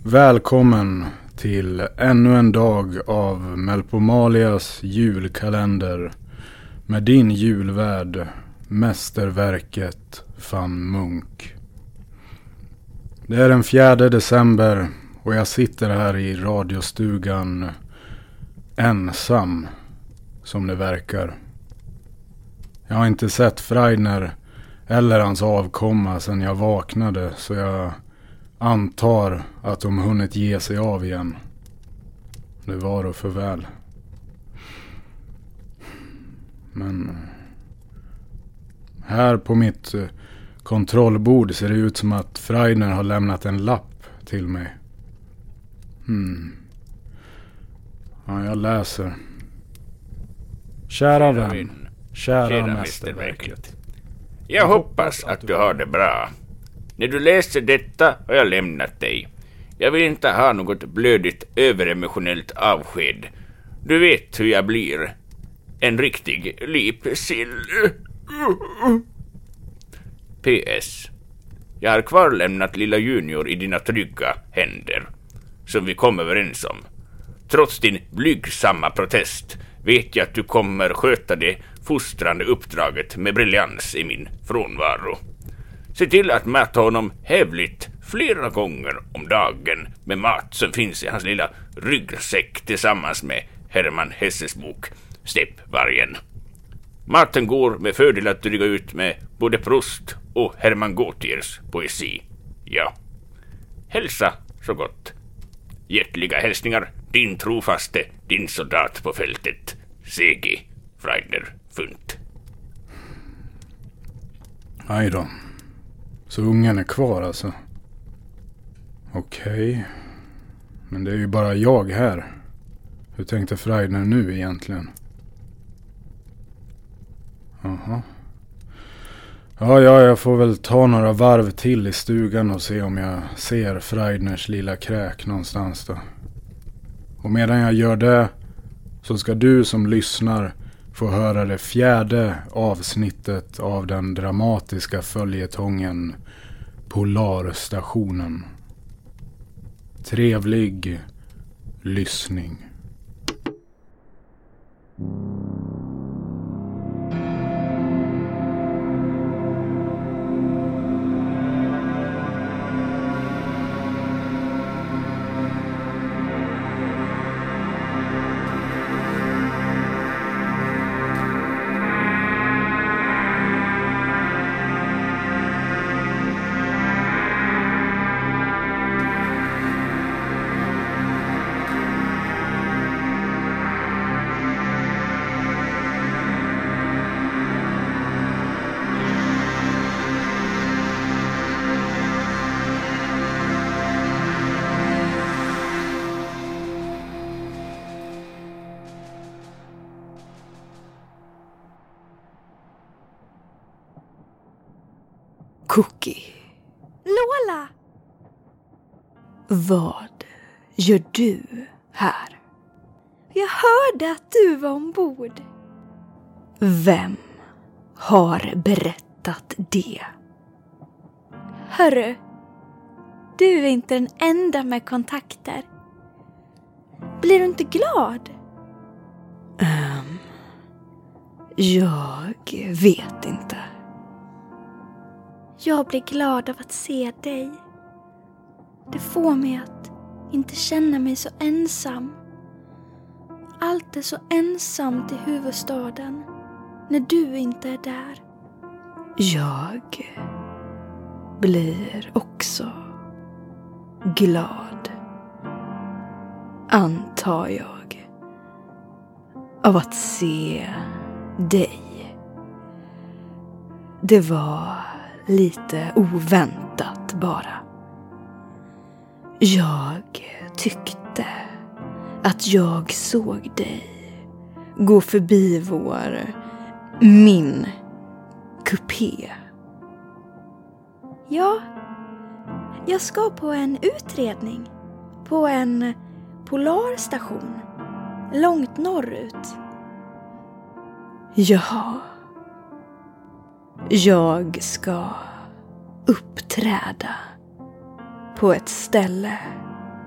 Välkommen till ännu en dag av Melpomalias julkalender med din julvärd, mästerverket Van Munk. Det är den 4 december och jag sitter här i radiostugan ensam, som det verkar. Jag har inte sett Freidner eller hans avkomma sedan jag vaknade, så jag antar att de hunnit ge sig av igen. Det var då för väl. Men här på mitt kontrollbord ser det ut som att Freidner har lämnat en lapp till mig. Ja, jag läser. Kära vän, kära mästerverket. Jag hoppas att du har det bra. När du läser detta har jag lämnat dig. Jag vill inte ha något blödigt överemotionellt avsked. Du vet hur jag blir. En riktig lipsill. PS. Jag har kvarlämnat lilla Junior i dina trygga händer, som vi kom överens om. Trots din blygsamma protest vet jag att du kommer sköta det fostrande uppdraget med briljans i min frånvaro. Se till att mäta honom hävligt flera gånger om dagen med mat som finns i hans lilla ryggsäck tillsammans med Hermann Hesses bok Steppvargen. Maten går med fördel att dryga ut med både Proust och Hermann Gautiers poesi. Ja. Hälsa så gott. Hjärtliga hälsningar, din trofaste, din soldat på fältet, C.G. Freidner Fundt. Aj då. Så ungen är kvar alltså. Okej. Men det är ju bara jag här. Hur tänkte Freidner nu egentligen? Jaha. Ja, jag får väl ta några varv till i stugan och se om jag ser Freidners lilla kräk någonstans då. Och medan jag gör det så ska du som lyssnar få höra det 4:e avsnittet av den dramatiska följetongen Polarstationen. Trevlig lyssning. Cookie. Lola! Vad gör du här? Jag hörde att du var ombord. Vem har berättat det? Hörru, du är inte den enda med kontakter. Blir du inte glad? Jag vet inte. Jag blir glad av att se dig. Det får mig att inte känna mig så ensam. Allt är så ensamt i huvudstaden när du inte är där. Jag blir också glad, antar jag, av att se dig. Det var lite oväntat bara. Jag tyckte att jag såg dig gå förbi min kupé. Ja, jag ska på en utredning på en polarstation långt norrut. Jaha. Jag ska uppträda på ett ställe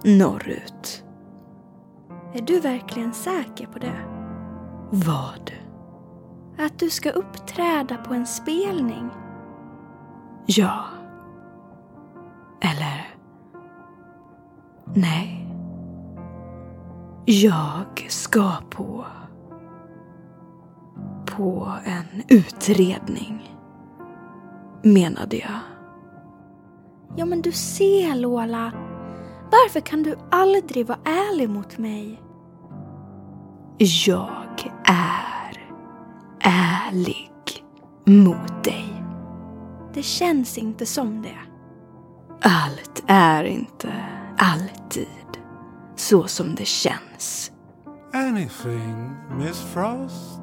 norrut. Är du verkligen säker på det? Vad? Att du ska uppträda på en spelning? Ja. Eller... Nej. Jag ska på en utredning, menade jag. Ja, men du ser, Lola. Varför kan du aldrig vara ärlig mot mig? Jag är ärlig mot dig. Det känns inte som det. Allt är inte alltid så som det känns. Anything, Miss Frost?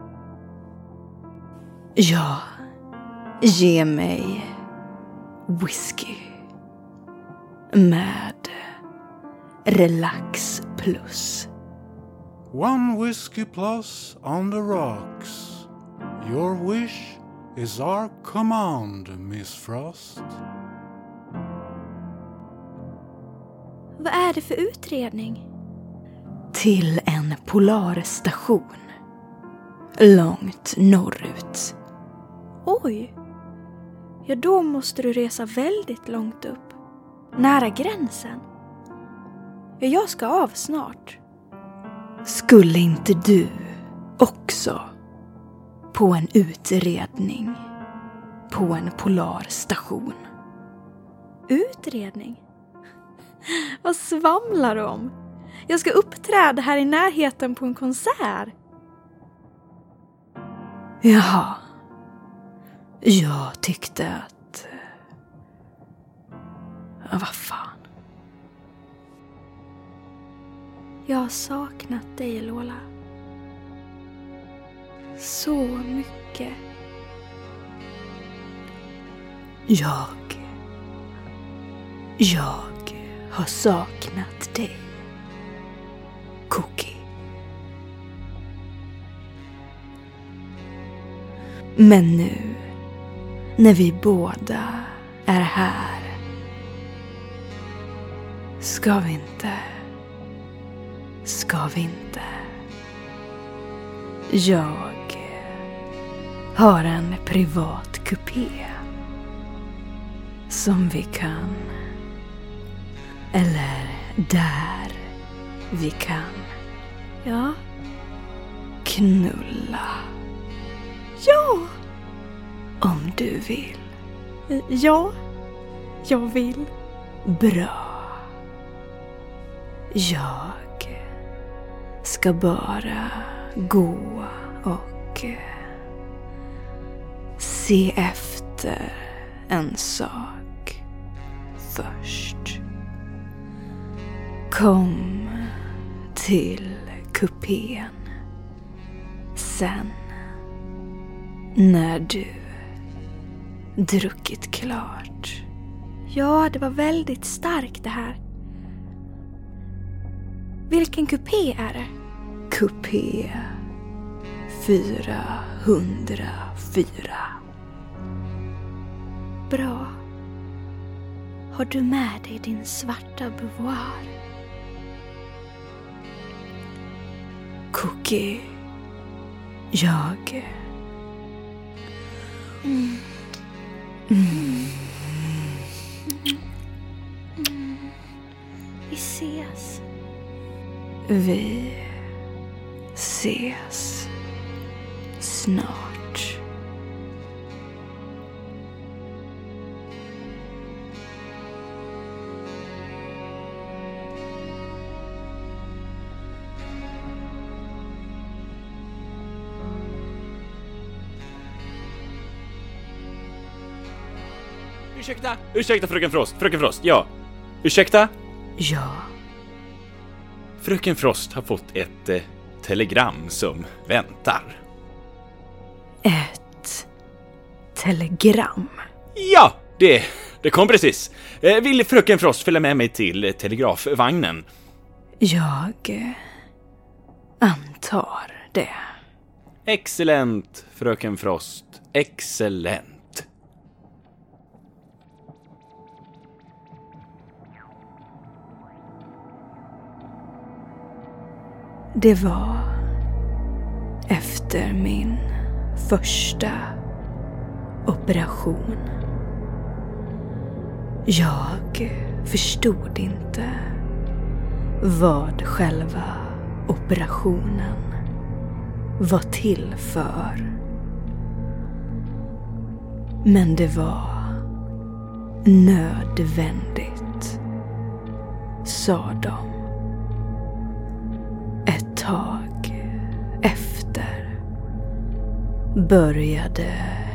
Ja, ge mig whisky med relax plus. 1 whiskey plus on the rocks. Your wish is our command, Miss Frost. Vad är det för utredning? Till en polarstation långt norrut. Oj! Ja, då måste du resa väldigt långt upp. Nära gränsen. Ja, jag ska av snart. Skulle inte du också på en utredning på en polarstation? Utredning? Vad svamlar du om? Jag ska uppträda här i närheten på en konsert. Jaha. Jag tyckte att... Vad fan. Jag har saknat dig, Lola. Så mycket. Jag har saknat dig, Cookie. Men nu, när vi båda är här, ska vi inte. Jag har en privat kupé som vi kan, eller där vi kan, Ja. knulla Ja! om du vill. Ja, jag vill. Bra. Jag ska bara gå och se efter en sak först. Kom till kupén sen när du druckit klart. Ja, det var väldigt starkt det här. Vilken kupé är det? Kupé 404. Bra. Har du med dig din svarta bouvoir? Cookie. Jag... Vi ses. Vi ses snart. Ursäkta fröken Frost, ja. Ursäkta? Ja, Fröken Frost har fått ett telegram som väntar. ett telegram. Ja, det kom precis. Vill fröken Frost följa med mig till telegrafvagnen? Jag antar det. Excellent, fröken Frost. Excellent. Det var efter min första operation. Jag förstod inte vad själva operationen var till för. Men det var nödvändigt, sa de. Ett tag efter började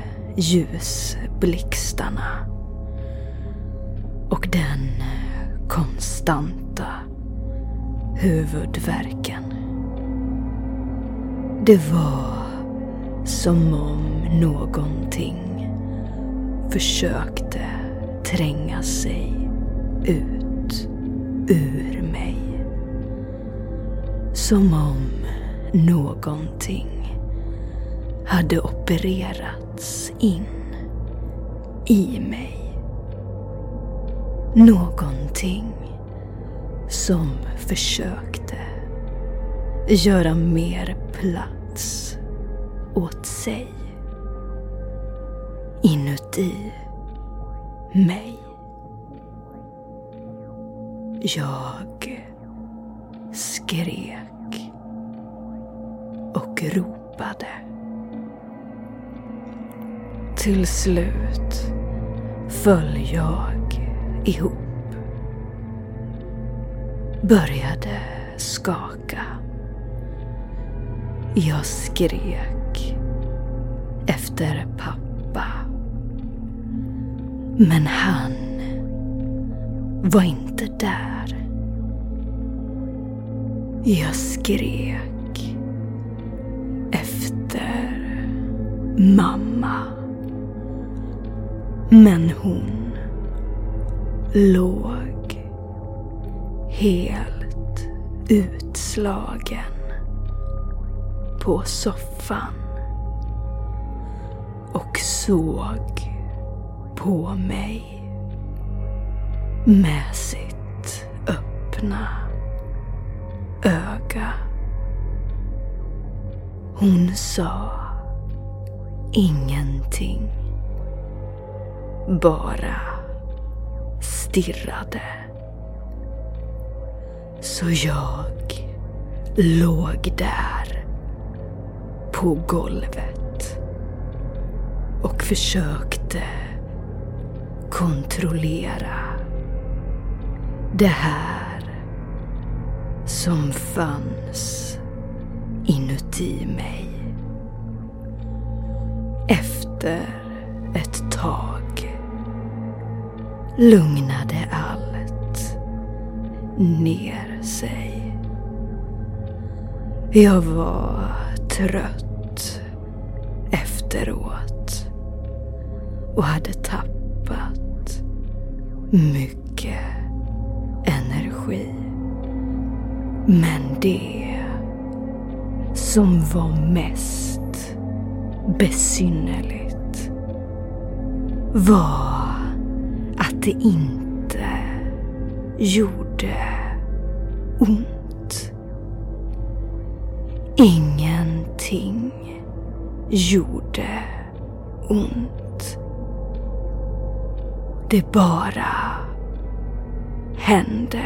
ljusblixtarna och den konstanta huvudvärken. Det var som om någonting försökte tränga sig ut ur mig. Som om någonting hade opererats in i mig. Någonting som försökte göra mer plats åt sig inuti mig. Jag skrek och ropade. Till slut föll jag ihop. Började skaka. Jag skrek efter pappa. Men han var inte där. Jag skrek efter mamma. Men hon låg helt utslagen på soffan och såg på mig med sitt öppna öga. Hon sa ingenting, bara stirrade. Så jag låg där på golvet och försökte kontrollera det här som fanns inuti mig. Efter ett tag lugnade allt ner sig. Jag var trött efteråt och hade tappat mycket energi. Men det som var mest besynnerligt var att det inte gjorde ont. Ingenting gjorde ont. Det bara hände.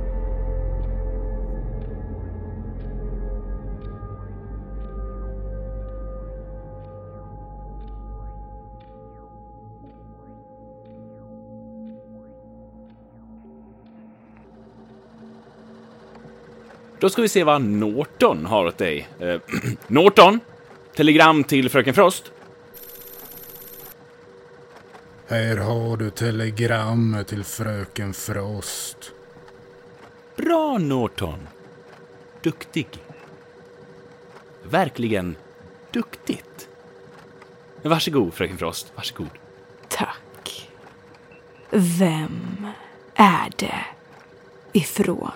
Då ska vi se vad Norton har åt dig. Norton, telegram till Fröken Frost. Här har du telegrammet till Fröken Frost. Bra, Norton. Duktig. Verkligen duktigt. Varsågod, Fröken Frost. Varsågod. Tack. Vem är det ifrån?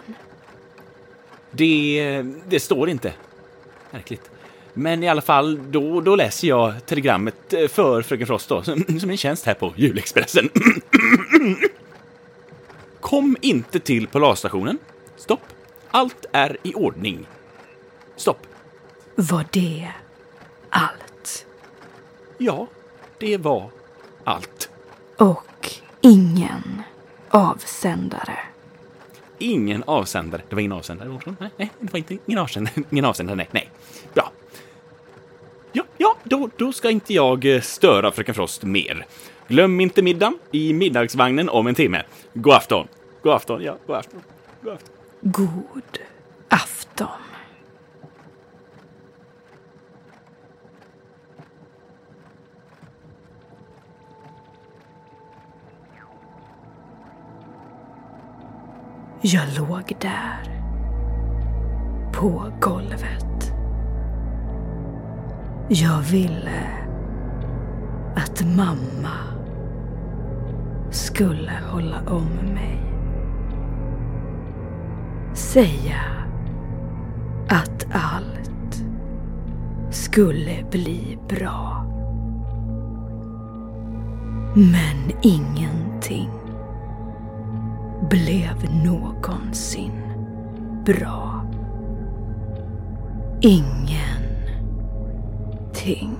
Det står inte. Märkligt. Men i alla fall, då läser jag telegrammet för Fröken Frost då, som en tjänst här på Julexpressen. Kom inte till polarstationen. Stopp. Allt är i ordning. Stopp. Var det allt? Ja, det var allt. Och ingen avsändare. Ingen avsändare. Det var ingen avsändare. Nej, det var inte ingen avsändare. Nej. Bra. Ja, då ska inte jag störa fröken Frost mer. Glöm inte middagen i middagsvagnen om en timme. God afton. God afton. God afton. Jag låg där på golvet. Jag ville att mamma skulle hålla om mig. Säga att allt skulle bli bra. Men ingenting blev någonsin bra. Ingenting.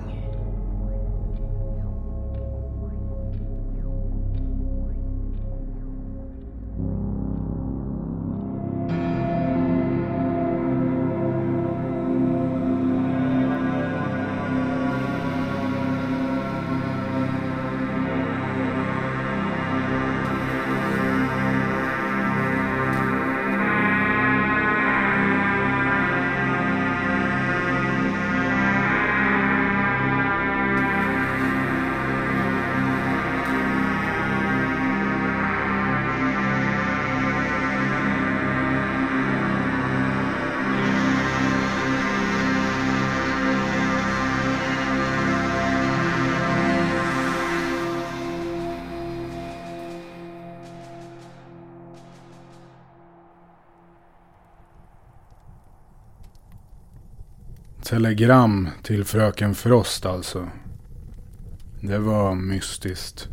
Telegram till fröken Frost alltså. Det var mystiskt.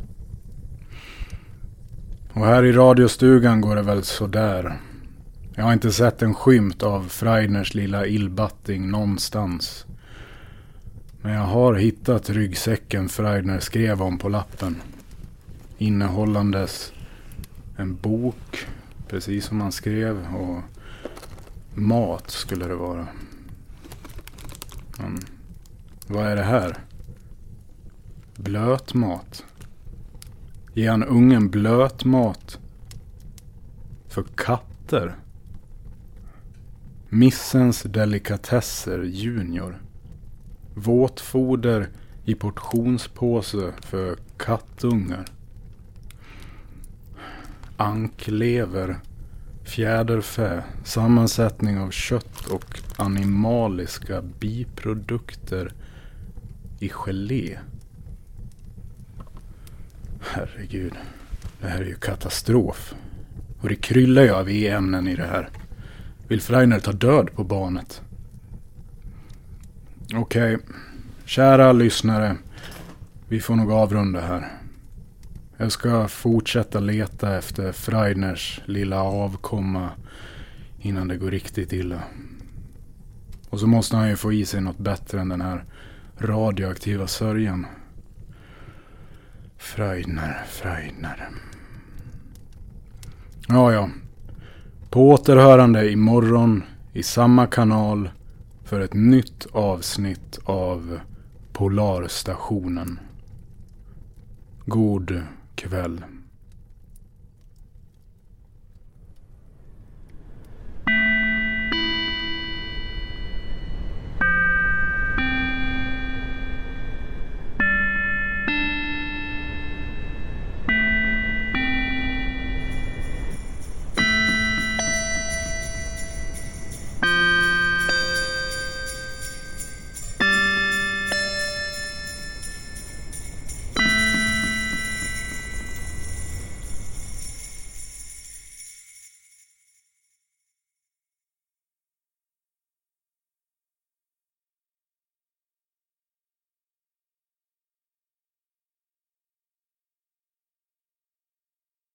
Och här i radiostugan går det väl så där. Jag har inte sett en skymt av Freidners lilla illbatting någonstans. Men jag har hittat ryggsäcken Freidner skrev om på lappen. Innehållandes en bok, precis som han skrev, och mat skulle det vara. Men vad är det här? Blöt mat. Ge han ungen blöt mat för katter? Missens delikatesser junior. Våtfoder i portionspåse för kattungar. Anklever, fjäderfä, sammansättning av kött och animaliska biprodukter i gelé. Herregud, det här är ju katastrof. Och det kryllar ju av ämnen i det här. Vill Freidner ta död på barnet? Okej, kära lyssnare, vi får nog avrunda här. Jag ska fortsätta leta efter Freidners lilla avkomma innan det går riktigt illa. Och så måste han ju få i sig något bättre än den här radioaktiva sörjan. Freidner. Ja. På återhörande imorgon i samma kanal för ett nytt avsnitt av Polarstationen. God kväll.